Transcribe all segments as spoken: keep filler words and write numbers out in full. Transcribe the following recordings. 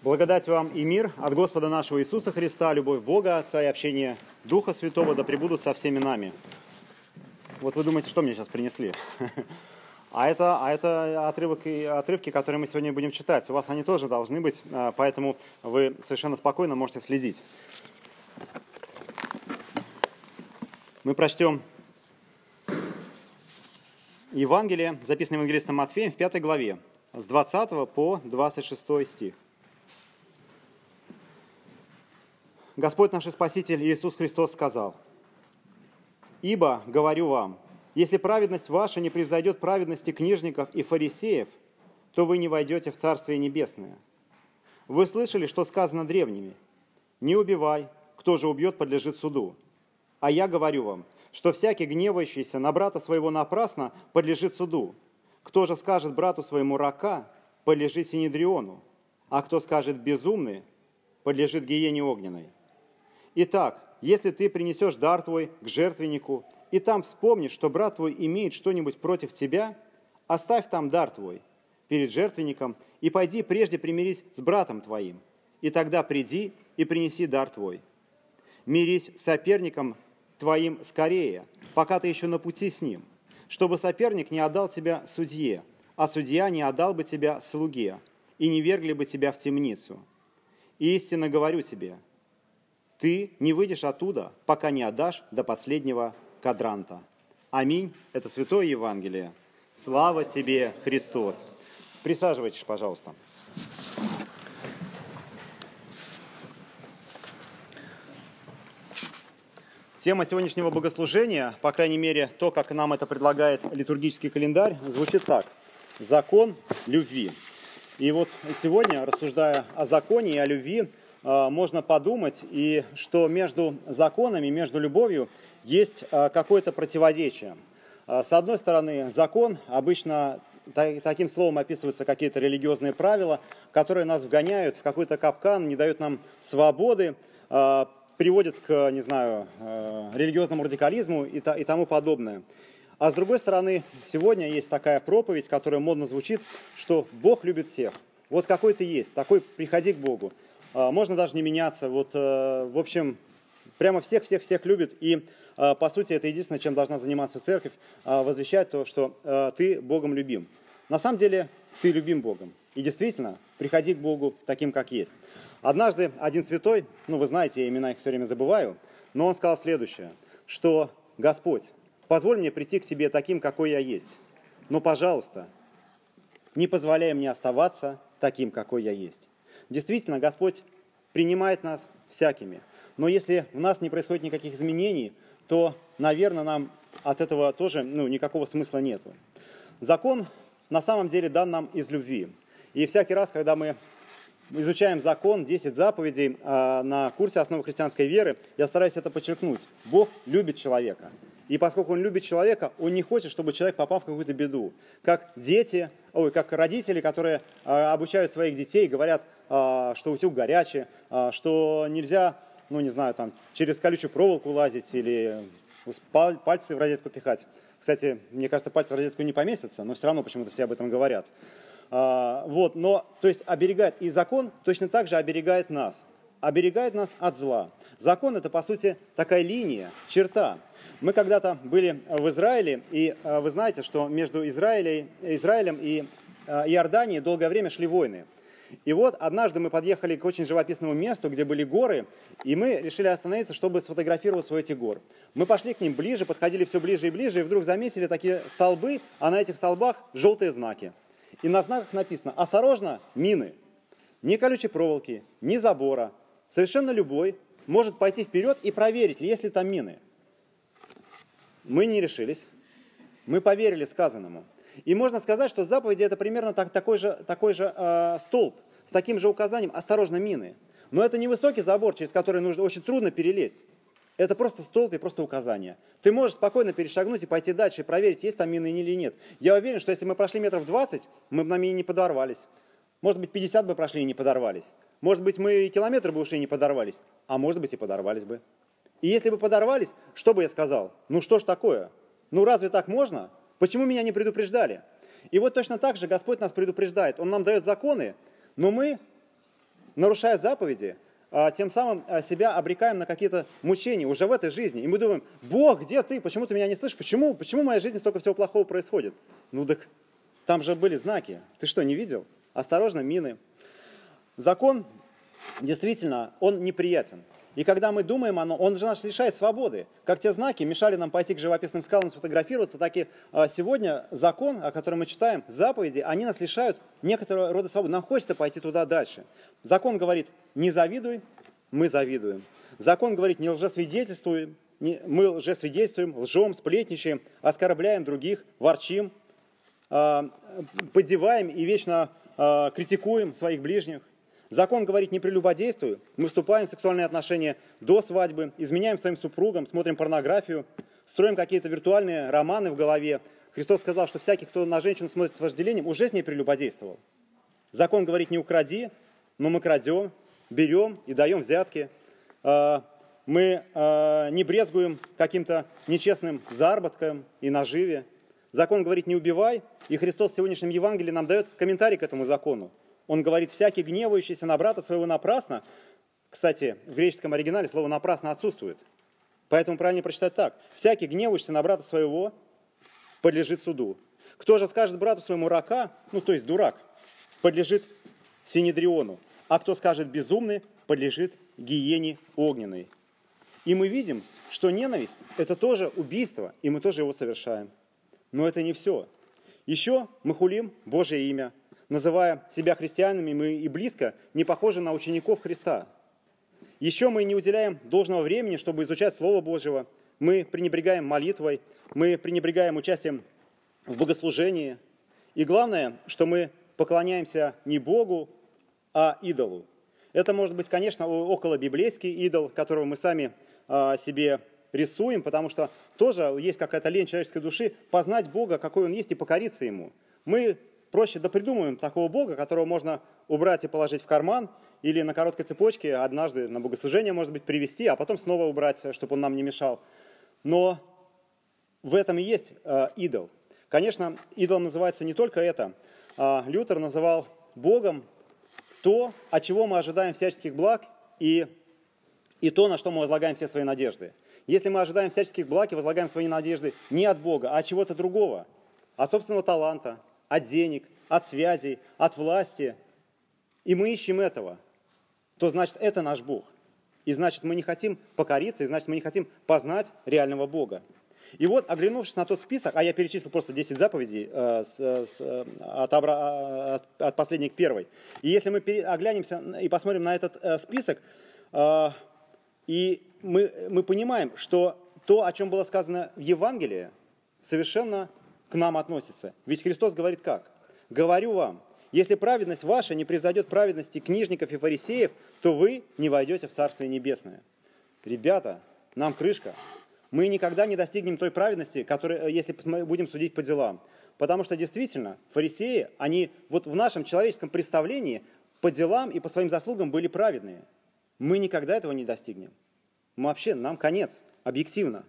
Благодать вам и мир от Господа нашего Иисуса Христа, любовь Бога Отца и общение Духа Святого да пребудут со всеми нами. Вот вы думаете, что мне сейчас принесли? А это, а это отрывок, отрывки, которые мы сегодня будем читать. У вас они тоже должны быть, поэтому вы совершенно спокойно можете следить. Мы прочтем Евангелие, записанное евангелистом Матфеем в пятой главе, с двадцатого по двадцать шестой стих. Господь наш и Спаситель Иисус Христос сказал: «Ибо, говорю вам, если праведность ваша не превзойдет праведности книжников и фарисеев, то вы не войдете в Царствие Небесное. Вы слышали, что сказано древними: не убивай, кто же убьет, подлежит суду. А я говорю вам, что всякий гневающийся на брата своего напрасно подлежит суду. Кто же скажет брату своему рака, подлежит синедриону, а кто скажет безумный, подлежит гиене огненной. Итак, если ты принесешь дар твой к жертвеннику, и там вспомнишь, что брат твой имеет что-нибудь против тебя, оставь там дар твой перед жертвенником и пойди прежде примирись с братом твоим, и тогда приди и принеси дар твой. Мирись с соперником твоим скорее, пока ты еще на пути с ним, чтобы соперник не отдал тебя судье, а судья не отдал бы тебя слуге, и не вергли бы тебя в темницу. И истинно говорю тебе, ты не выйдешь оттуда, пока не отдашь до последнего кадранта». Аминь. Это Святое Евангелие. Слава тебе, Христос. Присаживайтесь, пожалуйста. Тема сегодняшнего богослужения, по крайней мере, то, как нам это предлагает литургический календарь, звучит так: «Закон любви». И вот сегодня, рассуждая о законе и о любви, можно подумать, и что между законами, между любовью есть какое-то противоречие. С одной стороны, закон, обычно таким словом описываются какие-то религиозные правила, которые нас вгоняют в какой-то капкан, не дают нам свободы, приводят к, не знаю, религиозному радикализму и тому подобное. А с другой стороны, сегодня есть такая проповедь, которая модно звучит, что Бог любит всех. Вот какой ты есть, такой приходи к Богу. Можно даже не меняться. Вот, в общем, прямо всех-всех-всех любит. И, по сути, это единственное, чем должна заниматься церковь, возвещать то, что ты Богом любим. На самом деле, ты любим Богом. И действительно, приходи к Богу таким, как есть. Однажды один святой, ну, вы знаете, я имена их все время забываю, но он сказал следующее, что: «Господь, позволь мне прийти к Тебе таким, какой я есть. Но, пожалуйста, не позволяй мне оставаться таким, какой я есть». Действительно, Господь принимает нас всякими. Но если в нас не происходит никаких изменений, то, наверное, нам от этого тоже ну, никакого смысла нету. Закон на самом деле дан нам из любви. И всякий раз, когда мы изучаем закон, десять заповедей э, на курсе «Основы христианской веры», я стараюсь это подчеркнуть. Бог любит человека. И поскольку Он любит человека, Он не хочет, чтобы человек попал в какую-то беду. Как дети, ой, как родители, которые э, обучают своих детей, говорят, э, что утюг горячий, э, что нельзя, ну не знаю, там, через колючую проволоку лазить или пальцы в розетку пихать. Кстати, мне кажется, пальцы в розетку не поместятся, но все равно почему-то все об этом говорят. Э, вот, но, то есть, оберегает, и закон точно так же оберегает нас. Оберегает нас от зла. Закон – это, по сути, такая линия, черта. Мы когда-то были в Израиле, и вы знаете, что между Израилем, Израилем и Иорданией долгое время шли войны. И вот однажды мы подъехали к очень живописному месту, где были горы, и мы решили остановиться, чтобы сфотографироваться у этих гор. Мы пошли к ним ближе, подходили все ближе и ближе, и вдруг заметили такие столбы, а на этих столбах желтые знаки. И на знаках написано: «Осторожно, мины». Ни колючей проволоки, ни забора. Совершенно любой может пойти вперед и проверить, есть ли там мины. Мы не решились, мы поверили сказанному. И можно сказать, что заповеди это примерно так, такой же, такой же э, столб, с таким же указанием: «Осторожно, мины». Но это не высокий забор, через который нужно, очень трудно перелезть. Это просто столб и просто указание. Ты можешь спокойно перешагнуть и пойти дальше и проверить, есть там мины или нет. Я уверен, что если мы прошли метров двадцать, мы бы на мине не подорвались. Может быть, пятьдесят бы прошли и не подорвались. Может быть, мы и километр бы ушли и не подорвались. А может быть, и подорвались бы. И если бы подорвались, что бы я сказал? Ну что ж такое? Ну разве так можно? Почему меня не предупреждали? И вот точно так же Господь нас предупреждает. Он нам дает законы, но мы нарушая заповеди, тем самым себя обрекаем на какие-то мучения уже в этой жизни. И мы думаем: Бог, где ты? Почему ты меня не слышишь? Почему, почему в моей жизни столько всего плохого происходит? Ну так там же были знаки. Ты что, не видел? Осторожно, мины. Закон, действительно, он неприятен. И когда мы думаем о нем, он же нас лишает свободы. Как те знаки мешали нам пойти к живописным скалам сфотографироваться, так и сегодня закон, о котором мы читаем, заповеди, они нас лишают некоторого рода свободы. Нам хочется пойти туда дальше. Закон говорит: не завидуй, мы завидуем. Закон говорит: не лжесвидетельствуй, мы лжесвидетельствуем, лжем, сплетничаем, оскорбляем других, ворчим, поддеваем и вечно критикуем своих ближних. Закон говорит: не прелюбодействуй, мы вступаем в сексуальные отношения до свадьбы, изменяем своим супругам, смотрим порнографию, строим какие-то виртуальные романы в голове. Христос сказал, что всякий, кто на женщину смотрит с вожделением, уже с ней прелюбодействовал. Закон говорит: не укради, но мы крадем, берем и даем взятки. Мы не брезгуем каким-то нечестным заработком и наживе. Закон говорит: не убивай, и Христос в сегодняшнем Евангелии нам дает комментарий к этому закону. Он говорит: всякий гневающийся на брата своего напрасно. Кстати, в греческом оригинале слово «напрасно» отсутствует. Поэтому правильно прочитать так: всякий гневающийся на брата своего подлежит суду. Кто же скажет брату своему рака, ну то есть дурак, подлежит синедриону. А кто скажет безумный, подлежит гиене огненной. И мы видим, что ненависть – это тоже убийство, и мы тоже его совершаем. Но это не все. Еще мы хулим Божье имя, называя себя христианами, мы и близко не похожи на учеников Христа. Еще мы не уделяем должного времени, чтобы изучать Слово Божьего. Мы пренебрегаем молитвой, мы пренебрегаем участием в богослужении. И главное, что мы поклоняемся не Богу, а идолу. Это может быть, конечно, околобиблейский идол, которого мы сами а, себе рисуем, потому что тоже есть какая-то лень человеческой души познать Бога, какой Он есть, и покориться Ему. Мы проще допридумываем такого Бога, которого можно убрать и положить в карман, или на короткой цепочке однажды на богослужение, может быть, привести, а потом снова убрать, чтобы он нам не мешал. Но в этом и есть э, идол. Конечно, идолом называется не только это. А Лютер называл Богом то, от чего мы ожидаем всяческих благ, и, и то, на что мы возлагаем все свои надежды. Если мы ожидаем всяческих благ и возлагаем свои надежды не от Бога, а от чего-то другого, от собственного таланта, от денег, от связей, от власти, и мы ищем этого, то значит, это наш Бог. И значит, мы не хотим покориться, и значит, мы не хотим познать реального Бога. И вот, оглянувшись на тот список, а я перечислил просто десять заповедей э, с, с, от, от, от последней к первой. И если мы пере, оглянемся и посмотрим на этот э, список, э, и мы, мы понимаем, что то, о чем было сказано в Евангелии, совершенно к нам относится. Ведь Христос говорит как? «Говорю вам, если праведность ваша не превзойдет праведности книжников и фарисеев, то вы не войдете в Царствие Небесное». Ребята, нам крышка. Мы никогда не достигнем той праведности, которая, если мы будем судить по делам. Потому что действительно, фарисеи, они вот в нашем человеческом представлении по делам и по своим заслугам были праведные. Мы никогда этого не достигнем. Мы вообще, нам конец, объективно.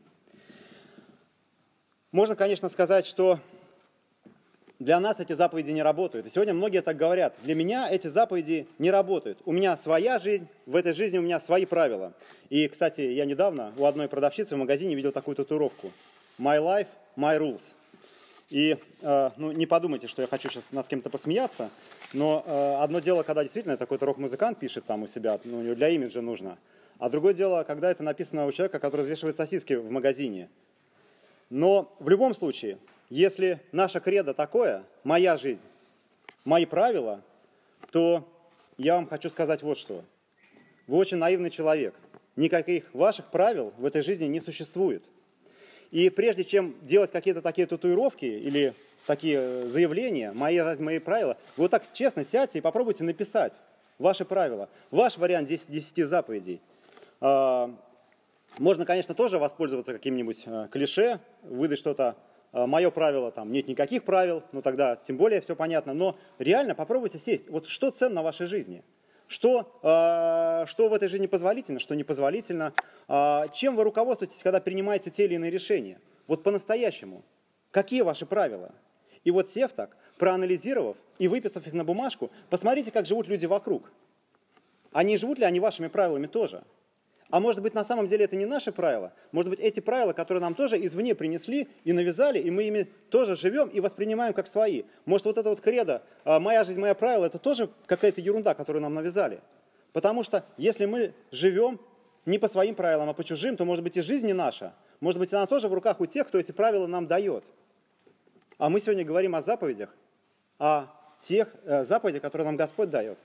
Можно, конечно, сказать, что для нас эти заповеди не работают. И сегодня многие так говорят. Для меня эти заповеди не работают. У меня своя жизнь, в этой жизни у меня свои правила. И, кстати, я недавно у одной продавщицы в магазине видел такую татуировку. My life, my rules. И э, ну, не подумайте, что я хочу сейчас над кем-то посмеяться, но э, одно дело, когда действительно такой-то рок-музыкант пишет там у себя, ну, для имиджа нужно. А другое дело, когда это написано у человека, который развешивает сосиски в магазине. Но в любом случае, если наша кредо такое, моя жизнь, мои правила, то я вам хочу сказать вот что. Вы очень наивный человек. Никаких ваших правил в этой жизни не существует. И прежде чем делать какие-то такие татуировки или такие заявления, мои, мои правила, вы вот так честно сядьте и попробуйте написать ваши правила, ваш вариант десяти заповедей. Можно, конечно, тоже воспользоваться каким-нибудь клише, выдать что-то. Мое правило, там нет никаких правил, ну тогда тем более все понятно. Но реально попробуйте сесть. Вот что ценно в вашей жизни? Что, э, что в этой жизни позволительно, что непозволительно? Э, чем вы руководствуетесь, когда принимаете те или иные решения? Вот по-настоящему. Какие ваши правила? И вот сев так, проанализировав и выписав их на бумажку, посмотрите, как живут люди вокруг. А не живут ли они вашими правилами тоже? А может быть, на самом деле это не наши правила? Может быть, эти правила, которые нам тоже извне принесли и навязали, и мы ими тоже живем и воспринимаем как свои? Может, вот это вот кредо «моя жизнь, моя правила» — это тоже какая-то ерунда, которую нам навязали? Потому что если мы живем не по своим правилам, а по чужим, то, может быть, и жизнь не наша. Может быть, она тоже в руках у тех, кто эти правила нам дает. А мы сегодня говорим о заповедях, о тех заповедях, которые нам Господь дает.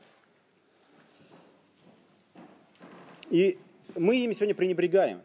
И мы ими сегодня пренебрегаем,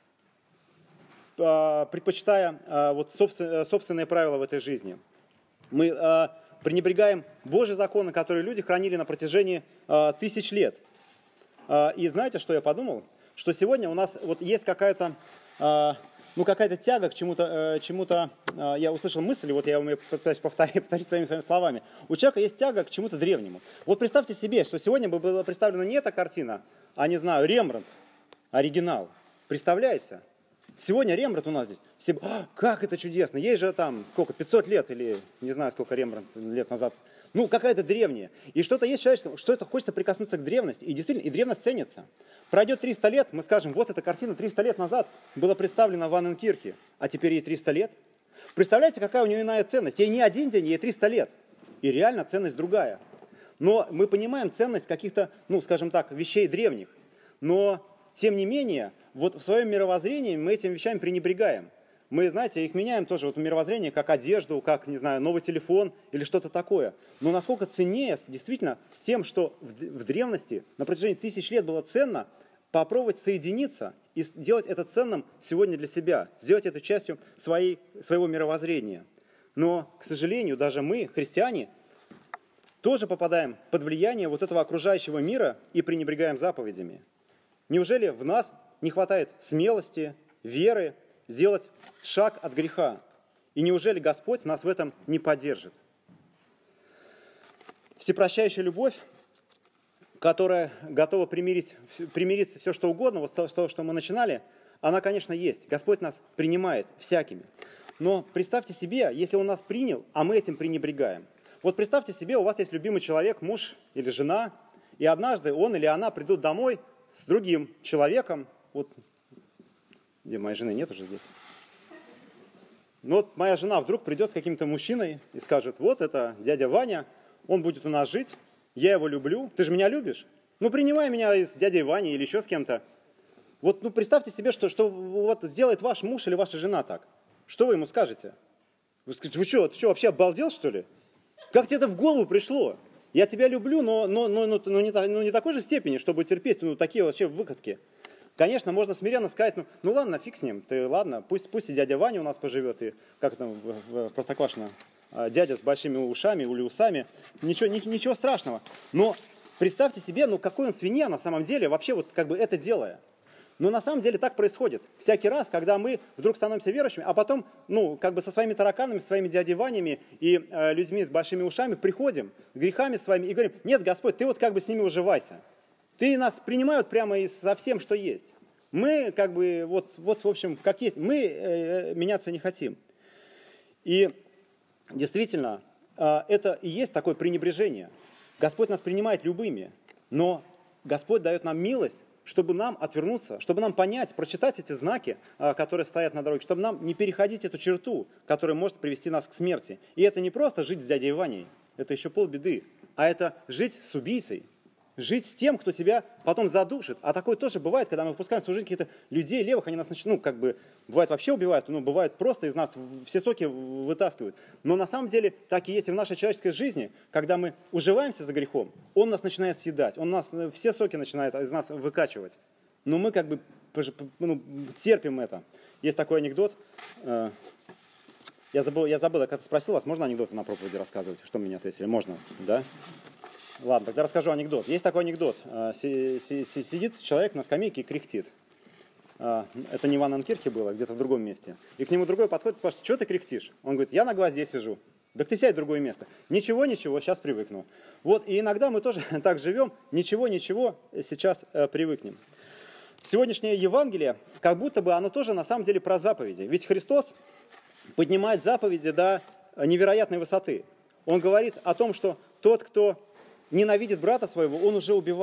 предпочитая вот собственные правила в этой жизни. Мы пренебрегаем Божьи законы, которые люди хранили на протяжении тысяч лет. И знаете, что я подумал? Что сегодня у нас вот есть какая-то, ну, какая-то тяга к чему-то, чему-то, я услышал мысль, вот я умею пытаюсь повторить, повторить своими, своими словами. У человека есть тяга к чему-то древнему. Вот представьте себе, что сегодня бы была представлена не эта картина, а, не знаю, Рембрандт, оригинал. Представляете? Сегодня Рембрандт у нас здесь. Все, а, как это чудесно. Ей же там сколько, пятьсот лет или не знаю, сколько Рембрандт лет назад. Ну, какая-то древняя. И что-то есть человеческое, что это хочется прикоснуться к древности. И действительно, и древность ценится. Пройдет триста лет, мы скажем, вот эта картина триста лет назад была представлена в Анненкирхе, а теперь ей триста лет. Представляете, какая у нее иная ценность? Ей не один день, ей триста лет. И реально ценность другая. Но мы понимаем ценность каких-то, ну, скажем так, вещей древних. Но тем не менее, вот в своем мировоззрении мы этим вещами пренебрегаем. Мы, знаете, их меняем тоже вот в мировоззрении, как одежду, как, не знаю, новый телефон или что-то такое. Но насколько ценнее действительно с тем, что в, в древности на протяжении тысяч лет было ценно, попробовать соединиться и сделать это ценным сегодня для себя, сделать это частью своей, своего мировоззрения. Но, к сожалению, даже мы, христиане, тоже попадаем под влияние вот этого окружающего мира и пренебрегаем заповедями. Неужели в нас не хватает смелости, веры сделать шаг от греха? И неужели Господь нас в этом не поддержит? Всепрощающая любовь, которая готова примирить, примириться все, что угодно, вот с того, что мы начинали, она, конечно, есть. Господь нас принимает всякими. Но представьте себе, если Он нас принял, а мы этим пренебрегаем. Вот представьте себе, у вас есть любимый человек, муж или жена, и однажды он или она придут домой с другим человеком, вот, где моей жены нет уже здесь. Но вот моя жена вдруг придет с каким-то мужчиной и скажет, вот это дядя Ваня, он будет у нас жить, я его люблю, ты же меня любишь? Ну принимай меня с дядей Ваней или еще с кем-то. Вот ну, представьте себе, что, что вот сделает ваш муж или ваша жена так. Что вы ему скажете? Вы скажете, вы что, ты что, вообще обалдел, что ли? Как тебе это в голову пришло? Я тебя люблю, но, но, но, но, но, не, но не такой же степени, чтобы терпеть ну, такие вообще выкатки. Конечно, можно смиренно сказать, ну, ну ладно, фиг с ним, ты ладно, пусть, пусть и дядя Ваня у нас поживет, и как там в, в Простоквашино, дядя с большими ушами или усами, ничего, ни, ничего страшного. Но представьте себе, ну какой он свинья на самом деле, вообще вот как бы это делая. Но на самом деле так происходит. Всякий раз, когда мы вдруг становимся верующими, а потом, ну, как бы со своими тараканами, со своими дядей Ванями и э, людьми с большими ушами приходим с грехами своими и говорим, нет, Господь, ты вот как бы с ними уживайся. Ты нас принимают прямо и со всем, что есть. Мы как бы, вот, вот в общем, как есть, мы э, меняться не хотим. И действительно, э, это и есть такое пренебрежение. Господь нас принимает любыми, но Господь дает нам милость, чтобы нам отвернуться, чтобы нам понять, прочитать эти знаки, которые стоят на дороге, чтобы нам не переходить эту черту, которая может привести нас к смерти. И это не просто жить с дядей Ваней, это еще полбеды, а это жить с убийцей, жить с тем, кто тебя потом задушит. А такое тоже бывает, когда мы выпускаем в свою жизнь каких-то людей левых, они нас начинают, ну, как бы, бывает вообще убивают, ну, бывает просто из нас все соки вытаскивают. Но на самом деле так и есть и в нашей человеческой жизни, когда мы уживаемся за грехом, он нас начинает съедать, он нас, все соки начинает из нас выкачивать. Но мы как бы ну, терпим это. Есть такой анекдот, я забыл, я забыл, я когда-то спросил вас, можно анекдоты на проповеди рассказывать? Что мне ответили? Можно, да? Ладно, тогда расскажу анекдот. Есть такой анекдот. Сидит человек на скамейке и кряхтит. Это не в Анненкирхе было, где-то в другом месте. И к нему другой подходит и спрашивает, что ты кряхтишь? Он говорит, я на гвозде сижу. Так ты сядь в другое место. Ничего, ничего, сейчас привыкну. Вот, и иногда мы тоже так живем. Ничего, ничего, сейчас привыкнем. Сегодняшнее Евангелие, как будто бы оно тоже на самом деле про заповеди. Ведь Христос поднимает заповеди до невероятной высоты. Он говорит о том, что тот, кто ненавидит брата своего, он уже убивает.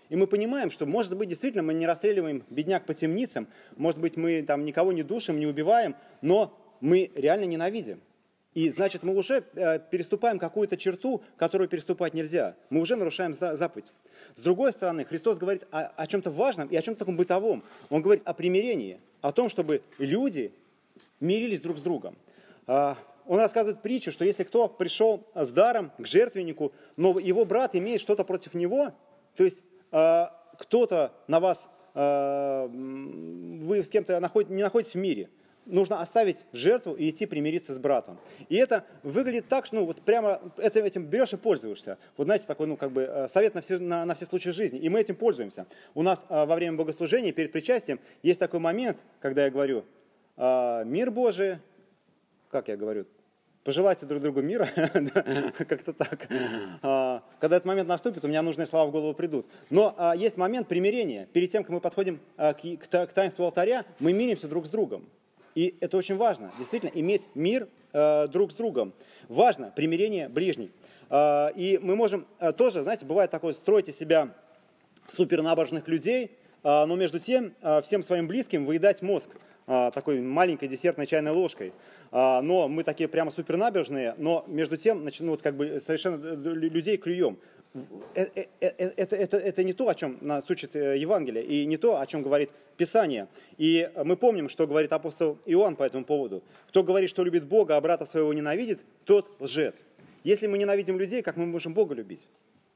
И мы понимаем, что, может быть, действительно мы не расстреливаем бедняк по темницам, может быть, мы там никого не душим, не убиваем, но мы реально ненавидим. И значит, мы уже э, переступаем какую-то черту, которую переступать нельзя. Мы уже нарушаем заповедь. С другой стороны, Христос говорит о, о чем-то важном и о чем-то таком бытовом. Он говорит о примирении, о том, чтобы люди мирились друг с другом. Э, он рассказывает притчу, что если кто пришел с даром к жертвеннику, но его брат имеет что-то против него, то есть э, кто-то на вас, э, вы с кем-то находит, не находитесь в мире, нужно оставить жертву и идти примириться с братом. И это выглядит так, что ну, вот прямо это, этим берешь и пользуешься. Вот знаете, такой ну, как бы, совет на все, на, на все случаи жизни. И мы этим пользуемся. У нас а, во время богослужения, перед причастием, есть такой момент, когда я говорю, а, мир Божий, как я говорю, пожелайте друг другу мира, как-то так. А, когда этот момент наступит, у меня нужные слова в голову придут. Но а, есть момент примирения. Перед тем, как мы подходим а, к, к, к таинству алтаря, мы миримся друг с другом. И это очень важно, действительно, иметь мир э, друг с другом. Важно примирение ближних. Э, и мы можем э, тоже, знаете, бывает такое, строить из себя супернабожных людей, э, но между тем э, всем своим близким выедать мозг э, такой маленькой десертной чайной ложкой. Э, но мы такие прямо супернабожные, но между тем ну, вот как бы совершенно людей клюем. Это, это, это, это не то, о чем нас учит Евангелие, и не то, о чем говорит Писание. И мы помним, что говорит апостол Иоанн по этому поводу. Кто говорит, что любит Бога, а брата своего ненавидит, тот лжец. Если мы ненавидим людей, как мы можем Бога любить?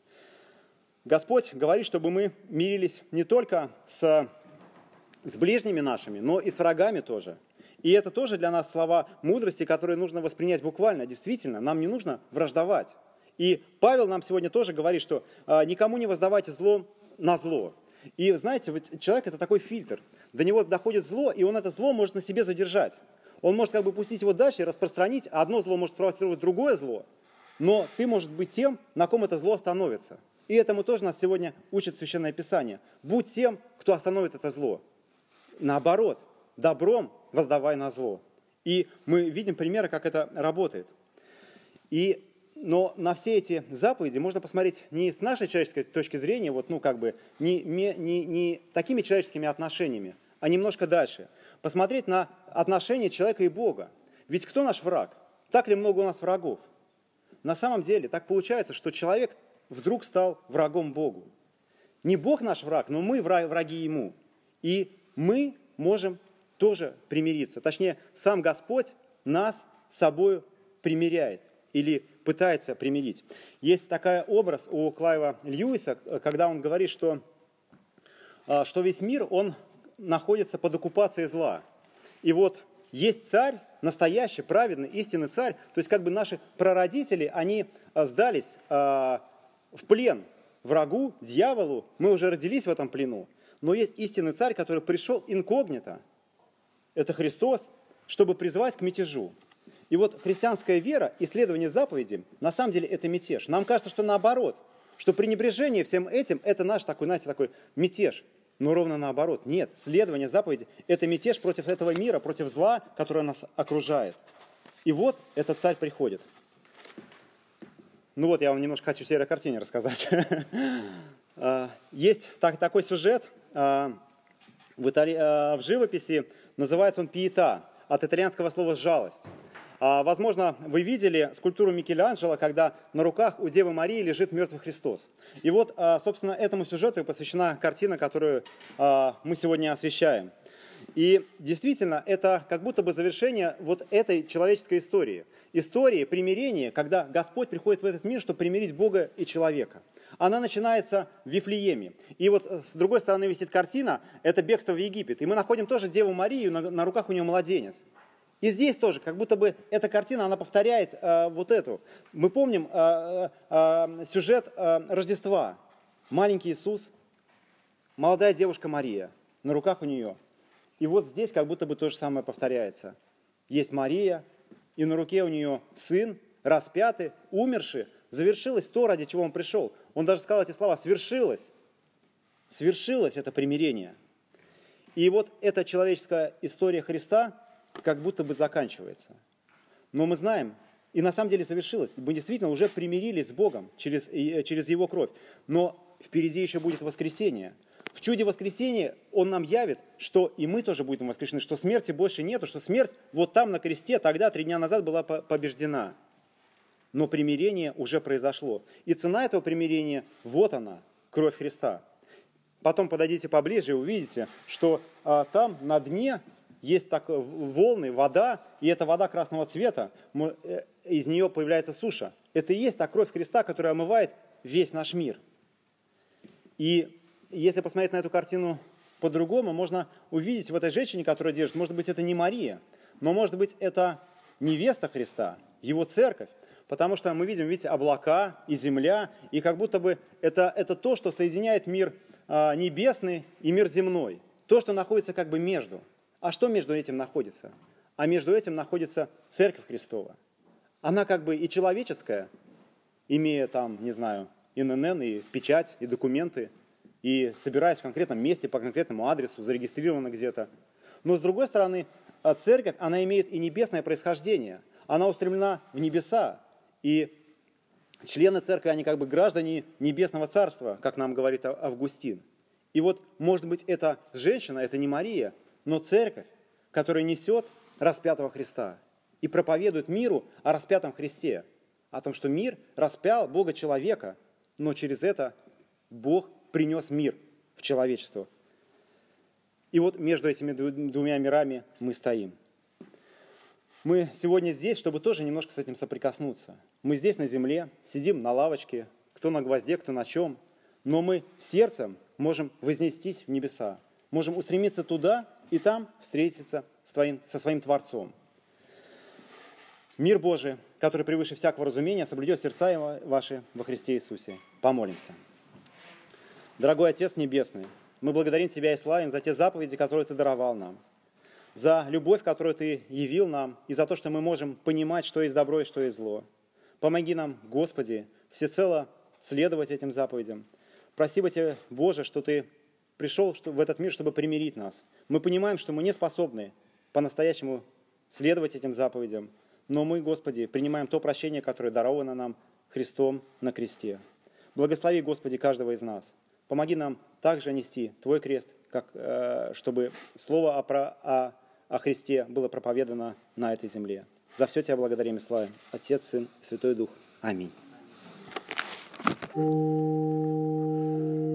Господь говорит, чтобы мы мирились не только с, с ближними нашими, но и с врагами тоже. И это тоже для нас слова мудрости, которые нужно воспринять буквально. Действительно, нам не нужно враждовать. И Павел нам сегодня тоже говорит, что а, никому не воздавайте зло на зло. И знаете, вот человек это такой фильтр. До него доходит зло, и он это зло может на себе задержать. Он может как бы пустить его дальше и распространить, а одно зло может провоцировать другое зло. Но ты можешь быть тем, на ком это зло остановится. И этому тоже нас сегодня учит Священное Писание. Будь тем, кто остановит это зло. Наоборот, добром воздавай на зло. И мы видим примеры, как это работает. И Но на все эти заповеди можно посмотреть не с нашей человеческой точки зрения, вот, ну, как бы, не, не, не такими человеческими отношениями, а немножко дальше. Посмотреть на отношения человека и Бога. Ведь кто наш враг? Так ли много у нас врагов? На самом деле так получается, что человек вдруг стал врагом Богу. Не Бог наш враг, но мы враги Ему. И мы можем тоже примириться. Точнее, сам Господь нас с собой примиряет. Или пытается примирить. Есть такой образ у Клайва Льюиса, когда он говорит, что, что весь мир, он находится под оккупацией зла. И вот есть царь, настоящий, праведный, истинный царь, то есть как бы наши прародители, они сдались в плен врагу, дьяволу, мы уже родились в этом плену, но есть истинный царь, который пришел инкогнито, это Христос, чтобы призвать к мятежу. И вот христианская вера, исследование заповедей, на самом деле это мятеж. Нам кажется, что наоборот, что пренебрежение всем этим, это наш такой, знаете, такой мятеж. Но ровно наоборот. Нет, следование заповедей – это мятеж против этого мира, против зла, которое нас окружает. И вот этот царь приходит. Ну вот, я вам немножко хочу теперь о картине рассказать. Есть такой сюжет в живописи, называется он «Пиета», от итальянского слова «жалость». Возможно, вы видели скульптуру Микеланджело, когда на руках у Девы Марии лежит мертвый Христос. И вот, собственно, этому сюжету и посвящена картина, которую мы сегодня освещаем. И действительно, это как будто бы завершение вот этой человеческой истории. Истории примирения, когда Господь приходит в этот мир, чтобы примирить Бога и человека. Она начинается в Вифлееме. И вот с другой стороны висит картина, это бегство в Египет. И мы находим тоже Деву Марию, на, на руках у нее младенец. И здесь тоже, как будто бы эта картина, она повторяет э, вот эту. Мы помним э, э, сюжет э, Рождества. Маленький Иисус, молодая девушка Мария, на руках у нее. И вот здесь как будто бы то же самое повторяется. Есть Мария, и на руке у нее сын, распятый, умерший. Завершилось то, ради чего он пришел. Он даже сказал эти слова: «Свершилось». Свершилось это примирение. И вот эта человеческая история Христа как будто бы заканчивается. Но мы знаем, и на самом деле завершилось. Мы действительно уже примирились с Богом через, через Его кровь. Но впереди еще будет воскресение. В чуде воскресения Он нам явит, что и мы тоже будем воскрешены, что смерти больше нету, что смерть вот там на кресте тогда, три дня назад, была побеждена. Но примирение уже произошло. И цена этого примирения, вот она, кровь Христа. Потом подойдите поближе и увидите, что а, там на дне есть так, волны, вода, и эта вода красного цвета, из нее появляется суша. Это и есть та кровь Христа, которая омывает весь наш мир. И если посмотреть на эту картину по-другому, можно увидеть в этой женщине, которая держит, может быть, это не Мария, но может быть, это невеста Христа, Его церковь. Потому что мы видим, видите, облака и земля, и как будто бы это, это то, что соединяет мир а, небесный и мир земной. То, что находится как бы между. А что между этим находится? А между этим находится Церковь Христова. Она как бы и человеческая, имея там, не знаю, и эн эн эн, и печать, и документы, и собираясь в конкретном месте, по конкретному адресу, зарегистрирована где-то. Но с другой стороны, Церковь, она имеет и небесное происхождение. Она устремлена в небеса. И члены Церкви, они как бы граждане Небесного Царства, как нам говорит Августин. И вот, может быть, эта женщина, это не Мария, но Церковь, которая несет распятого Христа и проповедует миру о распятом Христе, о том, что мир распял Бога-человека, но через это Бог принес мир в человечество. И вот между этими двумя мирами мы стоим. Мы сегодня здесь, чтобы тоже немножко с этим соприкоснуться. Мы здесь на земле, сидим на лавочке, кто на гвозде, кто на чем, но мы сердцем можем вознестись в небеса, можем устремиться туда и там встретиться с твоим, со своим Творцом. Мир Божий, который превыше всякого разумения, соблюдет сердца ваши во Христе Иисусе. Помолимся. Дорогой Отец Небесный, мы благодарим Тебя и славим за те заповеди, которые Ты даровал нам, за любовь, которую Ты явил нам, и за то, что мы можем понимать, что есть добро и что есть зло. Помоги нам, Господи, всецело следовать этим заповедям. Спасибо Тебе, Боже, что Ты пришел в этот мир, чтобы примирить нас. Мы понимаем, что мы не способны по-настоящему следовать этим заповедям, но мы, Господи, принимаем то прощение, которое даровано нам Христом на кресте. Благослови, Господи, каждого из нас. Помоги нам также нести Твой крест, как, э, чтобы слово о, о, о Христе было проповедано на этой земле. За все Тебя благодарим и славим. Отец, Сын, Святой Дух. Аминь.